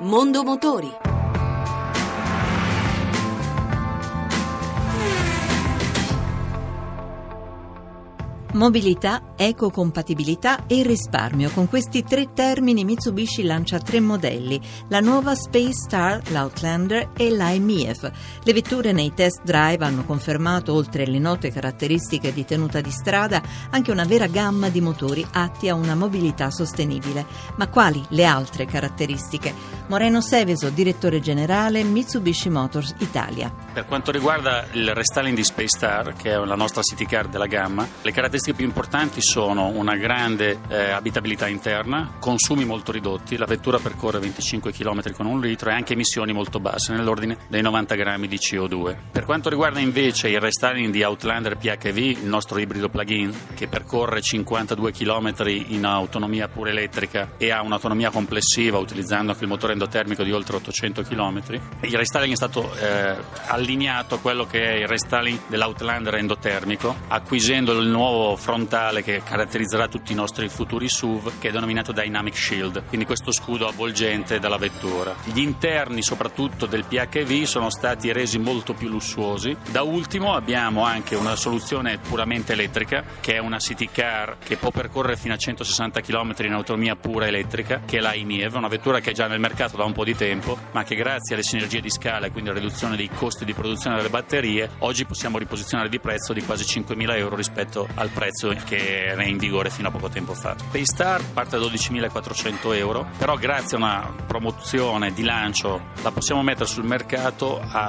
Mondo Motori. Mobilità, ecocompatibilità e risparmio. Con questi tre termini Mitsubishi lancia tre modelli: la nuova Space Star, l'Outlander e l'AMF. Le vetture nei test drive hanno confermato, oltre alle note caratteristiche di tenuta di strada, anche una vera gamma di motori atti a una mobilità sostenibile. Ma quali le altre caratteristiche? Moreno Seveso, direttore generale Mitsubishi Motors Italia. Per quanto riguarda il restyling di Space Star, che è la nostra city car della gamma, le caratteristiche più importanti sono una grande abitabilità interna, consumi molto ridotti, la vettura percorre 25 km con 1 litro e anche emissioni molto basse, nell'ordine dei 90 grammi di CO2. Per quanto riguarda invece il restyling di Outlander PHEV, il nostro ibrido plug-in, che percorre 52 km in autonomia pura elettrica e ha un'autonomia complessiva utilizzando anche il motore endotermico di oltre 800 km, il restyling è stato allineato a quello che è il restyling dell'Outlander endotermico, acquisendo il nuovo frontale che caratterizzerà tutti i nostri futuri SUV, che è denominato Dynamic Shield, quindi questo scudo avvolgente dalla vettura. Gli interni soprattutto del PHEV sono stati resi molto più lussuosi. Da ultimo abbiamo anche una soluzione puramente elettrica, che è una city car che può percorrere fino a 160 km in autonomia pura elettrica, che è la IMIEV, una vettura che è già nel mercato da un po' di tempo, ma che grazie alle sinergie di scala e quindi alla riduzione dei costi di produzione delle batterie, oggi possiamo riposizionare di prezzo di quasi 5.000 euro rispetto al prezzo che era in vigore fino a poco tempo fa. Space Star parte da 12.400 euro, però grazie a una promozione di lancio la possiamo mettere sul mercato a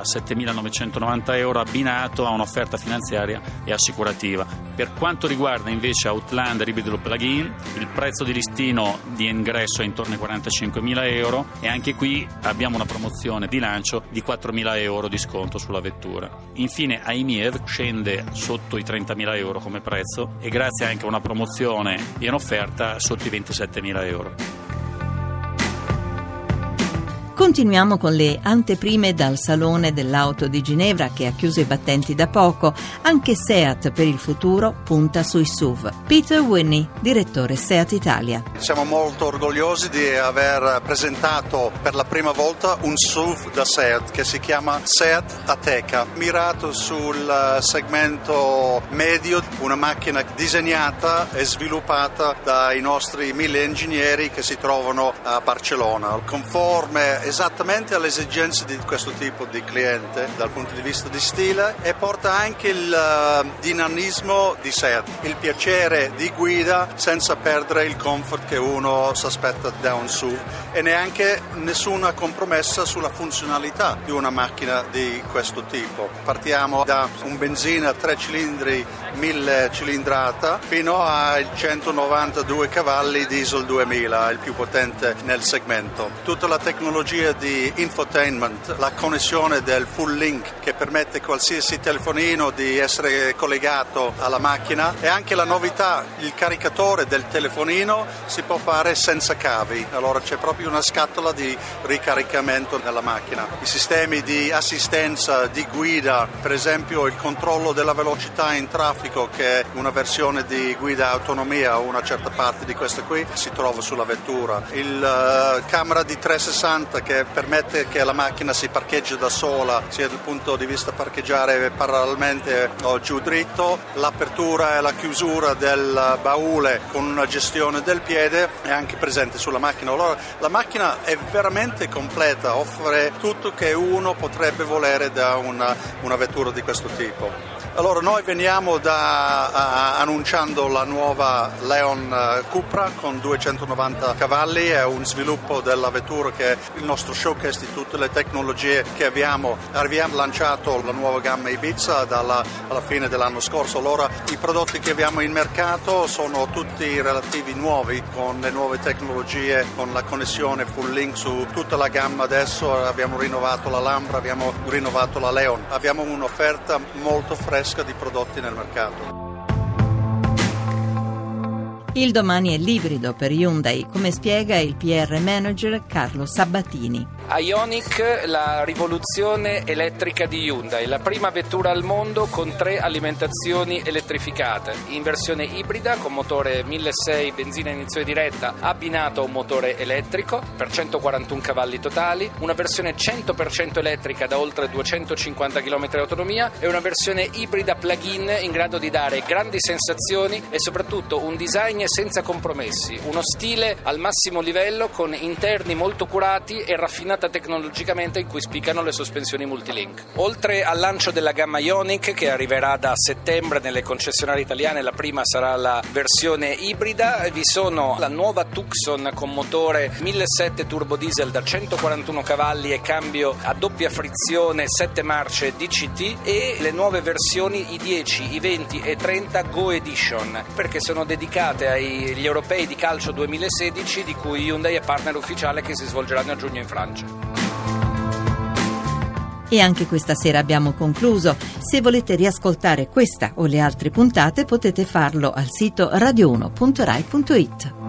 7.990 euro, abbinato a un'offerta finanziaria e assicurativa. Per quanto riguarda invece Outlander ibrido plug-in, il prezzo di listino di ingresso è intorno ai 45.000 euro e anche qui abbiamo una promozione di lancio di 4.000 euro di sconto sulla vettura. Infine AMIEV scende sotto i 30.000 euro come prezzo e grazie anche a una promozione in offerta sotto i 27.000 euro. Continuiamo con le anteprime dal Salone dell'Auto di Ginevra, che ha chiuso i battenti da poco. Anche Seat per il futuro punta sui SUV. Peter Whinney, direttore Seat Italia. Siamo molto orgogliosi di aver presentato per la prima volta un SUV da Seat che si chiama Seat Ateca, mirato sul segmento medio, una macchina disegnata e sviluppata dai nostri 1000 ingegneri che si trovano a Barcellona, conforme esattamente alle esigenze di questo tipo di cliente dal punto di vista di stile, e porta anche il dinamismo di Seat, il piacere di guida senza perdere il comfort che uno si aspetta da un SUV, e neanche nessuna compromessa sulla funzionalità di una macchina di questo tipo. Partiamo da un benzina a 3 cilindri 1000 cilindrata fino ai 192 cavalli diesel 2000, il più potente nel segmento. Tutta la tecnologia di infotainment, la connessione del full link che permette qualsiasi telefonino di essere collegato alla macchina, e anche la novità, il caricatore del telefonino si può fare senza cavi, allora c'è proprio una scatola di ricaricamento nella macchina. I sistemi di assistenza di guida, per esempio il controllo della velocità in traffico, che è una versione di guida autonomia, una certa parte di questa qui si trova sulla vettura. Il camera di 360 che permette che la macchina si parcheggi da sola, sia dal punto di vista parcheggiare parallelamente o giù dritto. L'apertura e la chiusura del baule con una gestione del piede è anche presente sulla macchina. Allora la macchina è veramente completa, offre tutto che uno potrebbe volere da una vettura di questo tipo. Allora noi veniamo annunciando la nuova Leon Cupra con 290 cavalli, è un sviluppo della vettura che è il nostro showcase di tutte le tecnologie che abbiamo. Abbiamo lanciato la nuova gamma Ibiza alla fine dell'anno scorso, allora i prodotti che abbiamo in mercato sono tutti relativi nuovi, con le nuove tecnologie, con la connessione full link su tutta la gamma. Adesso abbiamo rinnovato la Lambra, abbiamo rinnovato la Leon, abbiamo un'offerta molto fresca di prodotti nel mercato. Il domani è l'ibrido per Hyundai, come spiega il PR manager Carlo Sabatini. Ioniq, la rivoluzione elettrica di Hyundai, la prima vettura al mondo con 3 alimentazioni elettrificate, in versione ibrida con motore 1.600 benzina a iniezione diretta abbinato a un motore elettrico per 141 cavalli totali, una versione 100% elettrica da oltre 250 km di autonomia e una versione ibrida plug-in in grado di dare grandi sensazioni e soprattutto un design senza compromessi, uno stile al massimo livello con interni molto curati e raffinati tecnologicamente in cui spiccano le sospensioni multilink. Oltre al lancio della gamma Ioniq che arriverà da settembre nelle concessionarie italiane, la prima sarà la versione ibrida, vi sono la nuova Tucson con motore 1.700 turbo diesel da 141 cavalli e cambio a doppia frizione 7 marce DCT e le nuove versioni i10, i20 e 30 Go Edition, perché sono dedicate agli europei di calcio 2016 di cui Hyundai è partner ufficiale, che si svolgeranno a giugno in Francia. E anche questa sera abbiamo concluso. Se volete riascoltare questa o le altre puntate potete farlo al sito radio1.rai.it.